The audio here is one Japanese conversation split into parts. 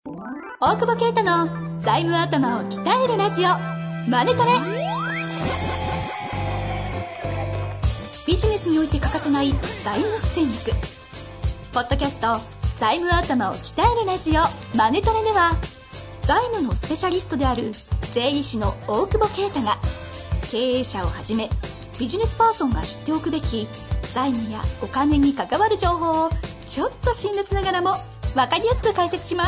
大久保啓太の財務頭を鍛えるラジオマネトレ。ビジネスにおいて欠かせない財務戦略。ポッドキャスト財務頭を鍛えるラジオマネトレでは、財務のスペシャリストである税理士の大久保啓太が、経営者をはじめビジネスパーソンが知っておくべき財務やお金に関わる情報をちょっと辛辣ながらも分かりやすく解説します。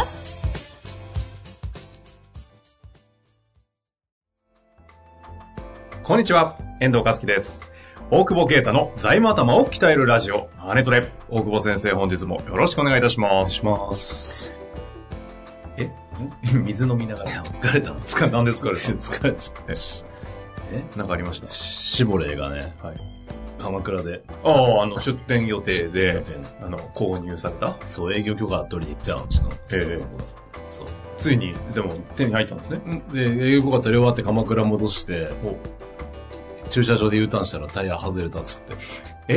こんにちは、遠藤和樹です。大久保啓太の財務頭を鍛えるラジオマネトレ。大久保先生、本日もよろしくお願いいたします。お願いします。水飲みながら。 疲れた。 何ですか？ 疲れちゃった。 なんかありました？ シボレーがね、はい、鎌倉で。 出店予定で、購入された？ そう、営業許可取りに行っちゃう、うちの。 そう。ついに、でも、手に入ったんですね。 で、営業許可取り終わって鎌倉戻して、駐車場で U ターンしたらタイヤ外れたっつって。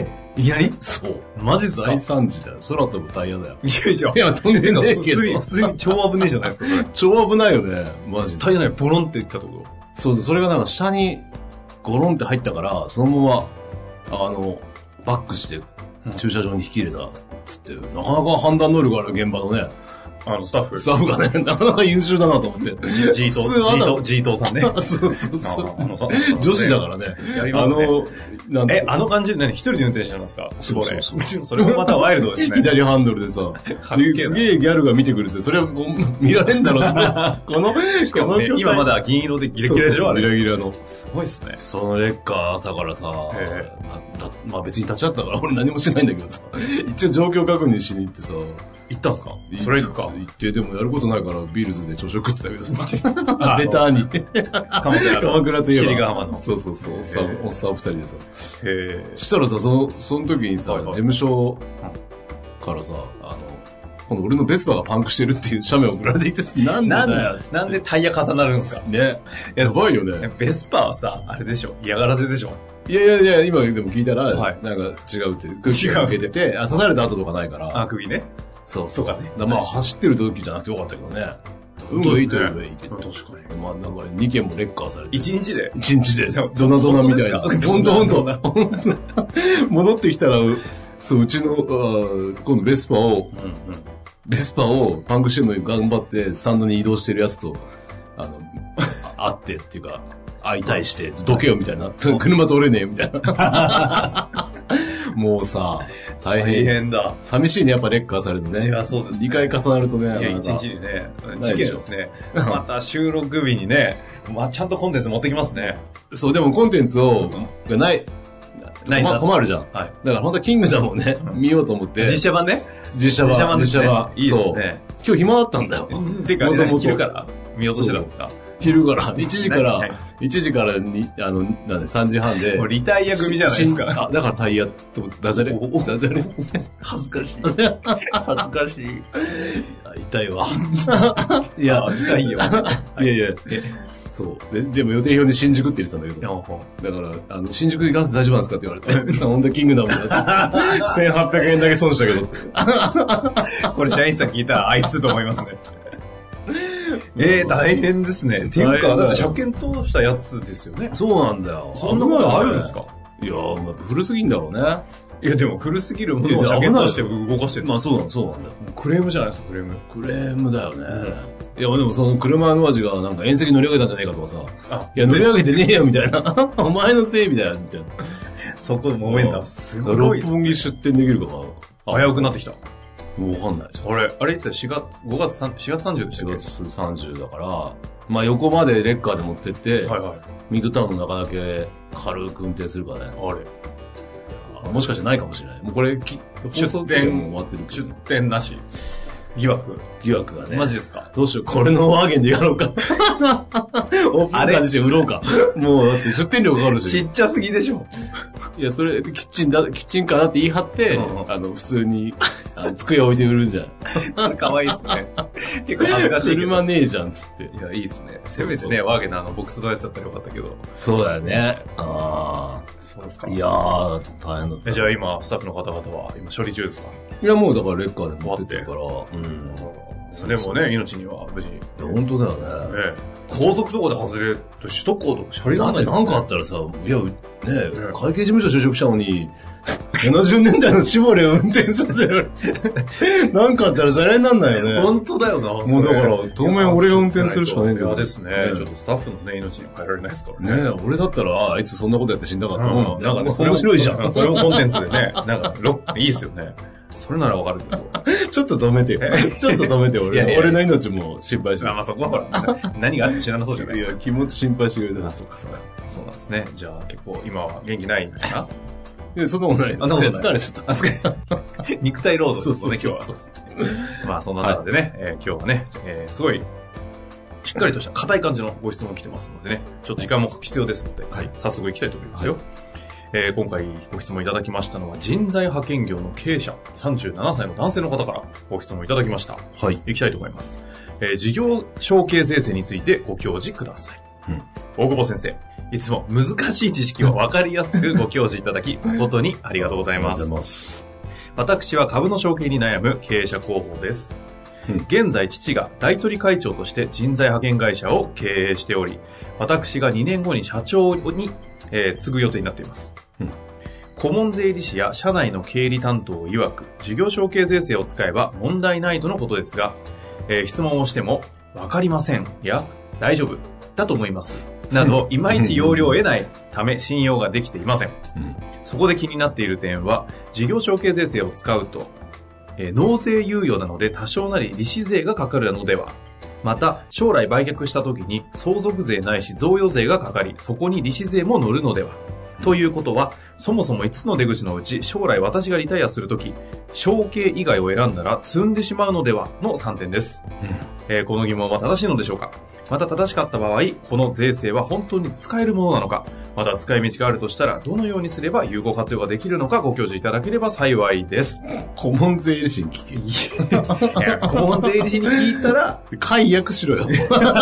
いきなり？ そう。 マジですか？ 大惨事だよ。空飛ぶタイヤだよ。 いや、飛んでんの普通に超危ねえじゃないですか、それ。 超危ないよね、マジで。 タイヤね、ボロンっていったところ。 そう、それがなんか下にゴロンって入ったから、そのまま、バックして駐車場に引き入れたっつって、なかなか判断能力ある現場のね、 スタッフがね、なかなか優秀だなと思って。 ジートさんね。 そうそうそう。女子だからね。 やりますね。感じで一人で運転してますか？ そう。 それもまたワイルドですね。 左ハンドルでさ。すげえギャルが見てくるんですよ。それは見られんだろう、 しかもね、今まだ銀色でギラギラでしょ？ ギラギラの。 すごいっすね。 そのレッカー朝からさ、まあ別に立ち会ったから俺何もしてないんだけどさ、一応状況確認しに行ってさ。 行ったんすか？それ行くか。 行って、でもやることないからビールズで朝食食ってたけどさ。レターに。鎌倉といえば。 尻ヶ浜の。 そう。おっさん二人でさ。そしたらさ、その時にさ、事務所からさ、今度俺のベスパがパンクしてるっていう写メを送られていて、 なんでタイヤ重なるんですか？ ね。やばいよね。 ベスパはさ、あれでしょ？嫌がらせでしょ？ いや、今でも聞いたら、なんか違うって、空気が受けてて、刺された跡とかないから。 首ね。 そうかね。まあ、走ってる時じゃなくてよかったけどね。運がいいと言えばいいけど。確かに。まあ、なんか2件もレッカーされて。 1日でドナみたいな。ほんと。戻ってきたら、そう、うちの、今度ベスパをパンクしてるのに頑張ってスタンドに移動してるやつと、会ってっていうか、会いたいして、どけよみたいな。車通れねえよみたいな。もうさ、大変だ。寂しいね、やっぱレッカーされるとね。 いや、そうですね。 2回重なるとね。 いや、1日にね、事件ですね。また収録日にね、ちゃんとコンテンツ持ってきますね。 そう、でもコンテンツがない。困るじゃん。 はい。 だから本当はキングダムをね、見ようと思って。 実写版ね。 実写版。 いいですね。 今日暇だったんだよ。 てか、昼から見落としてたんですか？ 昼から、1時からに、3時半で。 もうリタイア組じゃないですか。 だからタイヤと、ダジャレ。 恥ずかしい。 痛いわ。 いや、痛いよ。 いや。そう。でも予定表に新宿って入れてたんだけど。だから、新宿行かなくて大丈夫なんですかって言われて。ほんとキングダムだって。1800円だけ損したけどって。 これ社員さん聞いたらあいつと思いますね。大変ですね。っていうか、だって車検通したやつですよね。 そうなんだよ。 そんなことあるんですか？ いや古すぎんだろうね。 いや、でも古すぎるものを車検通して動かしてる。 まあそうなんだよ。 クレームじゃないですか、クレームだよね。いや、でもその車の味がなんか縁石乗り上げたんじゃねえかとかさ。いや、乗り上げてねえよみたいな。お前のせいみたいな、みたいな。 そこで揉めんだ。すごい。 六本木出店できるかな。危うくなってきた。 もうわかんない。 あれいつ4月30でしたっけ？ 4月30だから、まあ横までレッカーで持ってって、ミッドタウンの中だけ軽く運転するからね。もしかしてないかもしれない。もうこれ、 出店なし。疑惑がね。マジですか？ どうしよう。これのワーゲンでやろうか。オープンカーにして売ろうか。もうだって出店料かかるし。 ちっちゃすぎでしょ。 いや、それ、キッチンカーだって言い張って、普通に、机置いて売るんじゃん。 かわいいっすね。結構恥ずかしい。 車ねえじゃん、つって。 いや、いいっすね。せめてね、ワーゲンのボックスのやつだったらよかったけど。 そうだよね。 そうですか。 いやー、大変だった。 じゃあ今、スタッフの方々は、今処理中ですか？ いや、もうだからレッカーで持ってってるから。 でもね、命には無事。 本当だよね。 高速とかで外れると首都高とかシャリだってなんないですね。 なんかあったらさ、いや、ね、会計事務所就職したのに、70年代のシボレーを運転させる。なんかあったらシャレになんないよね。 本当だよな。 もうだから、当面俺が運転するしかないんだよ。 嫌ですね。ちょっとスタッフのね、命に変えられないですからね。 ねえ、俺だったら、あいつそんなことやって死んだかったの。なんかね、面白いじゃん。 それもコンテンツでね、なんか、いいですよね。それならわかるけど。 ちょっと止めてよ。ちょっと止めてよ。俺の命も心配してる。 まあそこはほら、何があって知らなそうじゃないですか。 いや、気持ち心配してくれてる。 そうかそうか。そうなんですね。じゃあ結構今は元気ないんですか？ いや、そんなことない。疲れちゃった。 肉体労働ですね、今日は。 そうまあそんな中でね、今日はね、すごい、しっかりとした硬い感じのご質問来てますのでね、ちょっと時間も必要ですので、早速行きたいと思いますよ。今回ご質問いただきましたのは、人材派遣業の経営者、37歳の男性の方からご質問いただきました。はい。行きたいと思います。事業承継税制についてご教示ください。大久保先生、いつも難しい知識を分かりやすくご教示いただき、誠にありがとうございます。ありがとうございます。私は株の承継に悩む経営者候補です。現在父が大取会長として人材派遣会社を経営しており、私が2年後に社長に、継ぐ予定になっています。顧問税理士や社内の経理担当曰く、事業承継税制を使えば問題ないとのことですが、質問をしても、わかりませんや、大丈夫だと思います。など、いまいち要領を得ないため信用ができていません。そこで気になっている点は、事業承継税制を使うと、納税猶予なので多少なり利子税がかかるのでは。また、将来売却した時に相続税ないし贈与税がかかり、そこに利子税も乗るのでは。ということは、そもそも5つの出口のうち、将来私がリタイアするとき、承継以外を選んだら積んでしまうのではの3点です。この疑問は正しいのでしょうか？また正しかった場合、この税制は本当に使えるものなのか？また使い道があるとしたら、どのようにすれば有効活用ができるのかご教示いただければ幸いです。 顧問税理士に聞け。 いや、顧問税理士に聞いたら、 解約しろよ。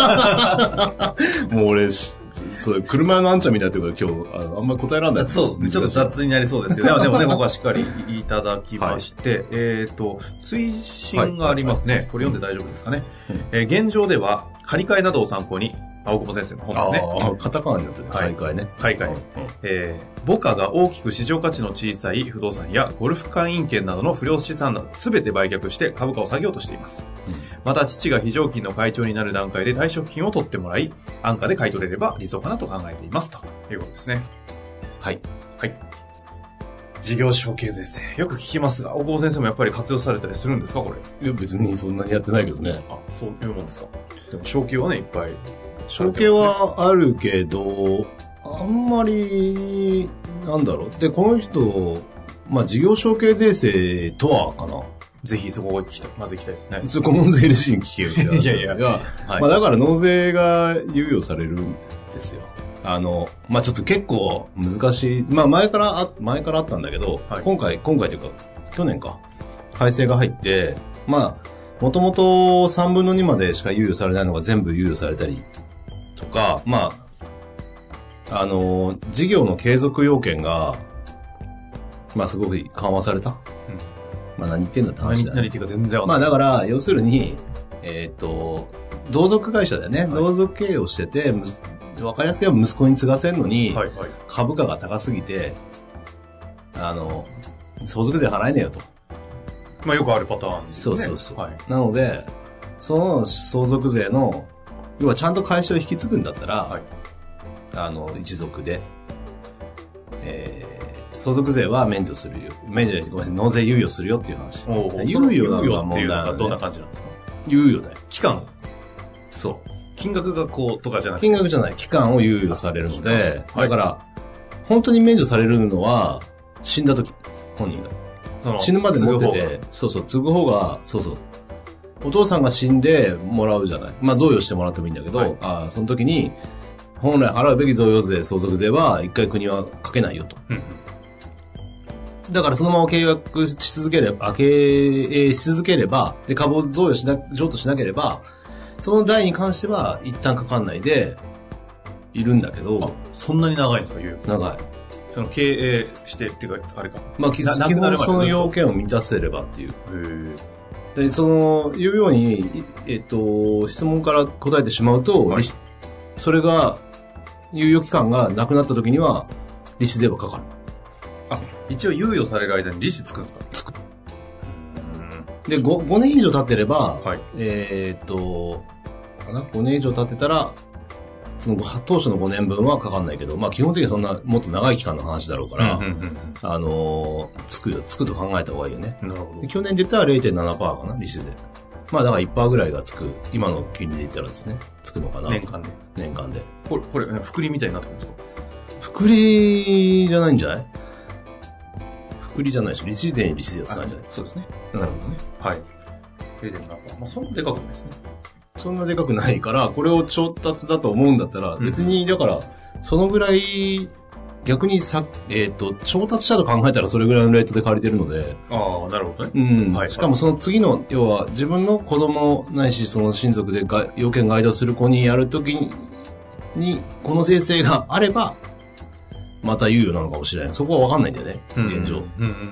もう俺、そう、車のあんちゃんみたいなところ今日、あんまり答えられない。 そう、ちょっと雑になりそうですけど、でもね、僕はしっかりいただきまして、推進がありますね。これ読んで大丈夫ですかね。現状では、借り換えなどを参考に、大久保先生の本ですね。 カタカナになってるね。借り換えね。 借り換え。母価が大きく市場価値の小さい不動産やゴルフ会員権などの不良資産など全て売却して株価を下げようとしています。また父が非常勤の会長になる段階で退職金を取ってもらい、安価で買い取れれば理想かなと考えていますということですね。はい。はい。事業承継税制。よく聞きますが、大久保先生もやっぱり活用されたりするんですか、これ。 いや、別にそんなにやってないけどね。 あ、そういうもんですか。でも承継はね、いっぱい。 承継はあるけど、あんまり、なんだろう。で、この人、まあ、事業承継税制とはかな。 ぜひそこをまず行きたいですね。 それ顧問税理士に聞けよ。 いやいや。 まあ、だから納税が猶予されるんですよ。まあ、ちょっと結構難しい。まあ、前からあったんだけど、今回というか、去年か、改正が入って、まあ、もともと3分の2までしか猶予されないのが全部猶予されたりとか、まあ、事業の継続要件が、まあ、すごく緩和された。まあ、何言ってんだって話だね。 何言ってるか全然わかんない。まあ、だから、要するに、同族会社だよね。同族経営をしてて、わかりやすく言えば息子に継がせるのに、株価が高すぎて、相続税払えねえよと。 まあよくあるパターンですね。 そう。なので、その相続税の、要はちゃんと会社を引き継ぐんだったら、一族で、相続税は免除するよ。ごめんなさい、納税猶予するよっていう話。 猶予っていうのはどんな感じなんですか？ 猶予だよ。 期間？ そう。 金額がこうとかじゃなくて。 金額じゃない。期間を猶予されるので、だから、本当に免除されるのは、死んだ時、本人が。死ぬまで持ってて、継ぐ方が、お父さんが死んでもらうじゃない。まあ、贈与してもらってもいいんだけど、その時に、本来払うべき贈与税、相続税は、一回国はかけないよと。だからそのまま契約し続ければ、経営し続ければ、で、株を贈与しようとしなければ、その代に関しては一旦かかんないでいるんだけど。 そんなに長いんですか？ 長い。 その経営してっていうか、あれか。 まあ、基本その要件を満たせればっていう。 で、いうように、質問から答えてしまうと、 はい、 それが、猶予期間がなくなった時には、利子税はかかる。 あ、一応猶予される間に利子つくんですか？ つく。で、5年以上経ってれば、 はい、 5年以上経ってたら、その当初の5年分はかかんないけど、まあ基本的にはそんなもっと長い期間の話だろうから、つくと考えた方がいいよね。 なるほど。 で去年で言ったら 0.7% かな、利子で。まあだから 1% ぐらいがつく、今の金利で言ったらですね、つくのかな。 年間で。 年間で。 これ、複利みたいになってくるんですか？ 複利じゃないんじゃない？複利じゃないでしょ。利子税に利子税を使うんじゃない？ そうですね。 なるほどね。 はい。0.7%。まあそんなでかくないですね。 そんなでかくないから、これを調達だと思うんだったら、別に、だから、そのぐらい、逆に調達者と考えたらそれぐらいのレートで借りてるので。 ああ、なるほどね。 うん。 はい、 しかもその次の、要は、自分の子供ないし、その親族で要件該当する子にやるときに、この税制があれば、また猶予なのかもしれない。そこはわかんないんだよね、現状。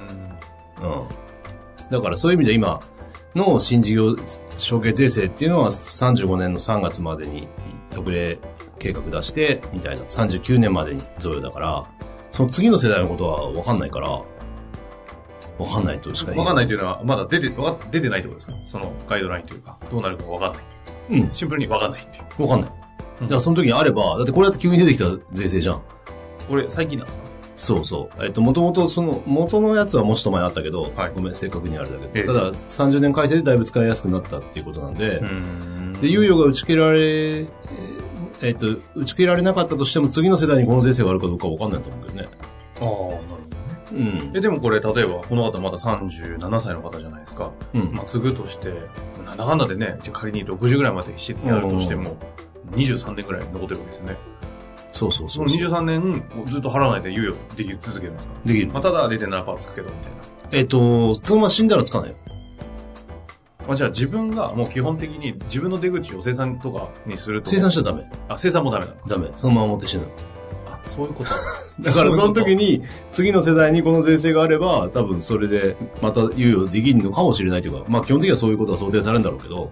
だからそういう意味で今の新事業承継税制っていうのは35年の3月までに特例計画出して、みたいな。39年までに贈与だから、その次の世代のことはわかんないから、わかんないとしか言えない。 わかんないというのは、まだ出てないってことですか？そのガイドラインというか、どうなるかわかんない。 うん。 シンプルにわかんないっていう。 わかんない。じゃあその時にあれば、だってこれだって急に出てきた税制じゃん。 これ最近なんですか？ そうそう。もともと元のやつはもうちょっと前あったけど、 はい、 ごめん、正確にあれだけど、ただ30年改正でだいぶ使いやすくなったっていうことなんで、で、猶予が打ち切られなかったとしても次の世代にこの税制があるかどうかわかんないと思うけどね。 ああ、なるほどね。でもこれ、例えば、この方まだ37歳の方じゃないですか。まあ、継ぐとして、なんだかんだでね、仮に60ぐらいまでしてやるとしても、23年ぐらい残ってるわけですよね。 そう。 その23年ずっと払わないで猶予でき続けるんですか？ できる。 まあ、ただ 0.7% つくけど、みたいな。 そのまま死んだらつかないよ。 まあ、じゃあ自分がもう基本的に自分の出口を生産とかにすると。 生産しちゃダメ。 あ、生産もダメなのか。 ダメ。そのまま持って死ぬ。 あ、そういうこと。 だからその時に、次の世代にこの税制があれば、多分それでまた猶予できるのかもしれないというか、まあ基本的にはそういうことが想定されるんだろうけど。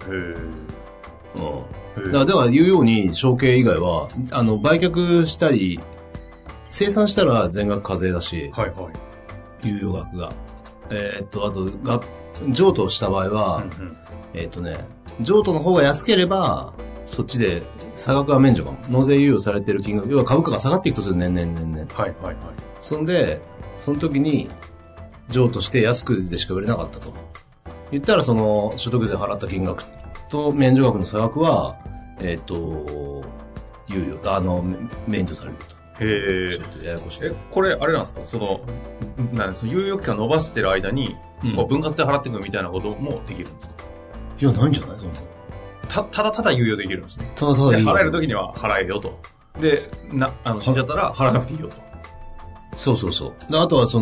だから言うように、承継以外は、売却したり、生産したら全額課税だし、 猶予額が。あと、譲渡した場合は、譲渡の方が安ければ、そっちで差額は免除かも。納税猶予されてる金額、要は株価が下がっていくとする年々。そんで、その時に、譲渡して安くでしか売れなかったと。言ったら、その、所得税払った金額と免除額の差額は、猶予、免除されると。 へえ。ややこしい。これ、あれなんですか？猶予期間伸ばしてる間に、分割で払っていくみたいなこともできるんですか？ いや、ないんじゃないそんな。 ただ猶予できるんですね。 ただ払える時には払えよと。で、死んじゃったら払わなくていいよと。 そう。であとは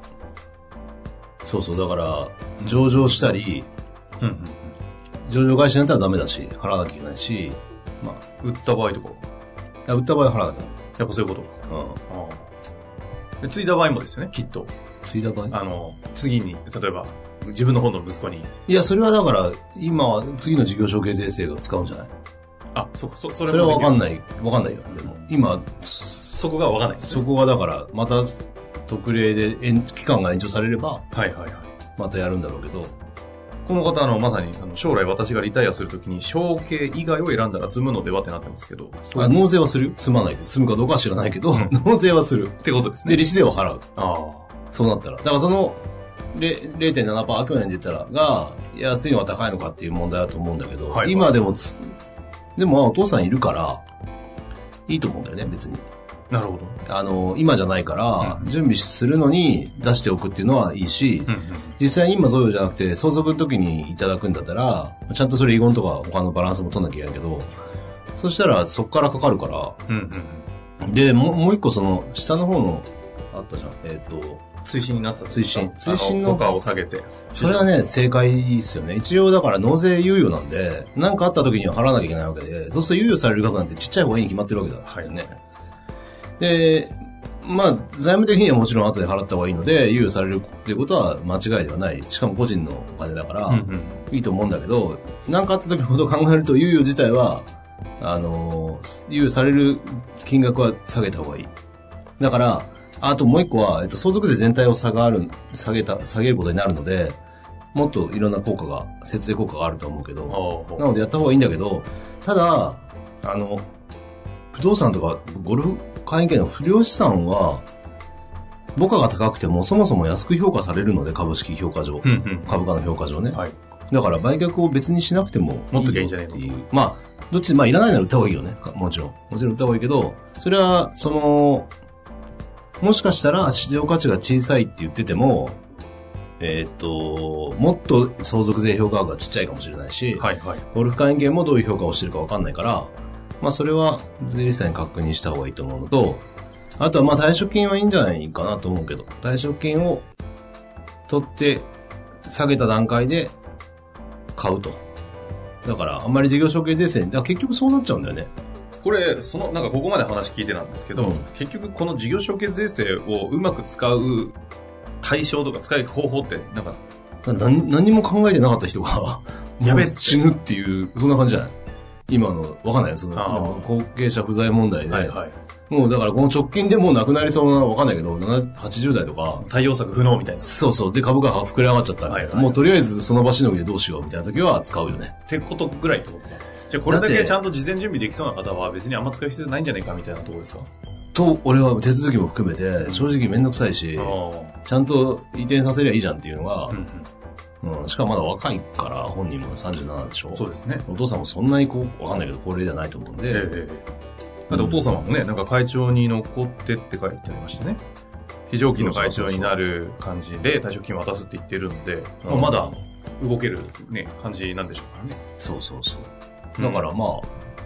だから、上場したり、上場会社になったらダメだし、払わなきゃいけないし、まあ。 売った場合とか売った場合は払わなきゃいけない。 やっぱそういうことか。で継いだ場合もですよね、きっと。 継いだ場合次に、例えば、自分の方の息子に。 いや、それはだから、今は次の事業承継税制が使うんじゃない？ あ、それはわかんないよ。でも、今、 そこがわかんない、ね。 そこがだから、また、特例で期間が延長されれば、またやるんだろうけど。 この方まさに、将来私がリタイアするときに、承継以外を選んだら積むのではってなってますけど。 納税はするよ。積まないけど。積むかどうかは知らないけど、納税はする。 ってことですね。 で、利子税を払う。そうなったら。だからその、0.7%、去年で言ったら、が、安いのは高いのかっていう問題だと思うんだけど、今でもお父さんいるから、いいと思うんだよね、別に。 なるほど。今じゃないから、準備するのに出しておくっていうのはいいし、実際に今贈与じゃなくて、相続の時にいただくんだったら、ちゃんとそれ遺言とか他のバランスも取んなきゃいけないけど、そしたらそっからかかるから、で、もう一個下の方の、あったじゃん、 推進になった推進の価を下げて。 それはね、正解ですよね。一応だから納税猶予なんで、何かあった時には払わなきゃいけないわけで、そうすると猶予される額なんてちっちゃい方がいいに決まってるわけだよね。で、 まあ、財務的にはもちろん後で払った方がいいので、猶予されるっていうことは間違いではない。しかも個人のお金だから、いいと思うんだけど、なんかあった時のことを考えると、猶予自体は、猶予される金額は下げた方がいい。だから、あともう一個は、相続税全体を下げることになるので、もっといろんな効果が、節税効果があると思うけど、なのでやった方がいいんだけど、ただ、不動産とかゴルフ会員権の不良資産は、母価が高くてもそもそも安く評価されるので、株式評価上、株価の評価上ね。はい、だから売却を別にしなくてもいいよっていう。まあ、どっち、まあいらないなら売った方がいいよね。もちろん売った方がいいけど、それは、もしかしたら市場価値が小さいって言ってても、もっと相続税評価額がちっちゃいかもしれないし、はいはい、ゴルフ会員権もどういう評価をしてるか分かんないから、まあそれは税理士さんに確認した方がいいと思うのと、あとはまあ退職金はいいんじゃないかなと思うけど、退職金を取って下げた段階で買うと。だからあんまり事業承継税制に、だから結局そうなっちゃうんだよね。 これ、なんかここまで話聞いてなんですけど、結局この事業承継税制をうまく使う対象とか使う方法って、なんか、 何も考えてなかった人が、やべ、死ぬっていう、そんな感じじゃない今の、わかんない後継者不在問題で、はいはい、もうだからこの直近でもうなくなりそうな、わかんないけど、80代とか。 対応策不能みたいな。 そうそう。で、株価が膨れ上がっちゃったみたいな。はいはい、もうとりあえずその場しのぎでどうしようみたいな時は使うよね。 ってことぐらいってことだ。じゃあこれだけちゃんと事前準備できそうな方は別にあんま使う必要ないんじゃないかみたいなところですかと、俺は手続きも含めて、正直めんどくさいし、ちゃんと移転させりゃいいじゃんっていうのが、しかもまだ若いから、本人も37でしょ。 そうですね。 お父さんもそんなにわかんないけど、高齢ではないと思うんで。 だってお父様もね、なんか会長に残ってって書いてありましたね。非常勤の会長になる感じで退職金渡すって言ってるので、まだ動けるね、感じなんでしょうからね。 そうそうそう。だからまあ、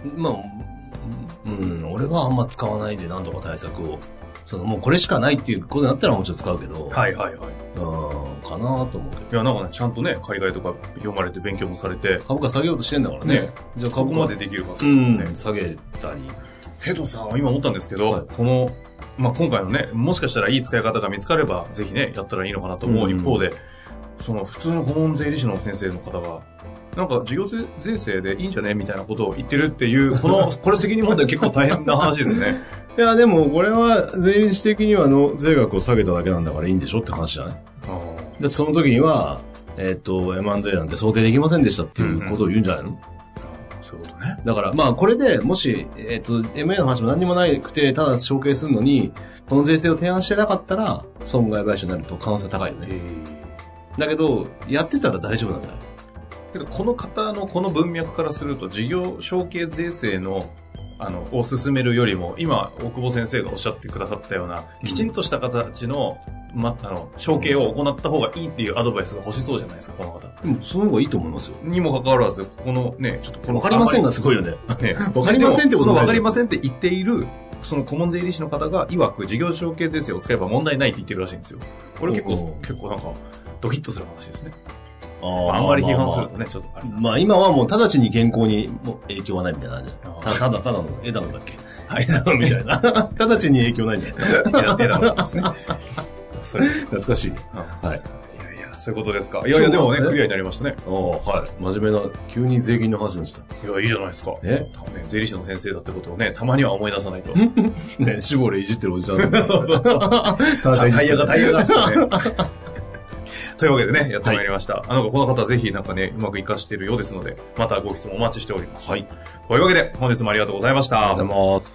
俺はあんま使わないでなんとか対策を、もうこれしかないっていうことになったらもうちょっと使うけど、 はいはいはい。 かなと思うけど。 いや、なんかね、ちゃんとね、海外とか読まれて勉強もされて。 株価下げようとしてんだからね。 じゃあ株価までできるかですよね。 下げたり。 けどさ、今思ったんですけど、はい、今回のね、もしかしたらいい使い方が見つかれば、ぜひね、やったらいいのかなと思う一方で、普通の顧問税理士の先生の方が、なんか事業税制でいいんじゃねみたいなことを言ってるっていう、これ責任問題結構大変な話ですね。 いや、でもこれは税理士的には税額を下げただけなんだからいいんでしょって話じゃないで、その時には、M&A なんて想定できませんでしたっていうことを言うんじゃないの、 そういうことね。 だから、まあこれでもし、M&A の話も何にもなくて、ただ承継するのに、この税制を提案してなかったら、損害賠償になると可能性高いよね。だけど、やってたら大丈夫なんだよ。 けどこの方のこの文脈からすると事業承継税制のを進めるよりも今大久保先生がおっしゃってくださったようなきちんとした形の承継を行った方がいいっていうアドバイスが欲しそうじゃないですかこの方。 その方がいいと思いますよ。 にもかかわらずこのねちょっとわかりませんがすごいよね。わかりませんってことない。 そのわかりませんって言っているその顧問税理士の方が曰く事業承継税制を使えば問題ないって言ってるらしいんですよ。これ結構なんかドキッとする話ですね。あんまり批判するとね、ちょっとあれ。 まあ今はもう直ちに健康にも影響はないみたいな感じ。ただの枝野だっけ枝野みたいな。直ちに影響ないんじゃない枝野ですね。 それ懐かしい。はい。 いや、そういうことですか。いや、でもね、クリアになりましたね。 はい。真面目な、急に税金の話にした。 いや、いいじゃないですか。税理士の先生だってことをね、たまには思い出さないと。 ね、シボレいじってるおじちゃん。 そうそうそう。タイヤがですよね。というわけでね、やってまいりました。この方ぜひなんかね、うまく活かしているようですので、またご質問お待ちしております。はい。というわけで、本日もありがとうございました。 ありがとうございます。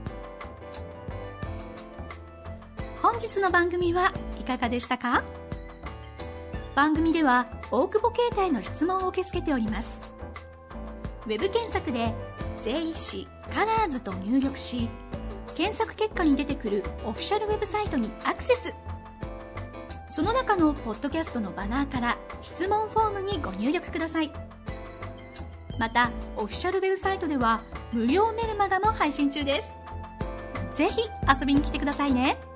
本日の番組はいかがでしたか？番組では、大久保携帯の質問を受け付けております。ウェブ検索で、税理士カラーズと入力し、検索結果に出てくるオフィシャルウェブサイトにアクセス。その中のポッドキャストのバナーから質問フォームにご入力ください。また、オフィシャルウェブサイトでは無料メルマガも配信中です。ぜひ遊びに来てくださいね。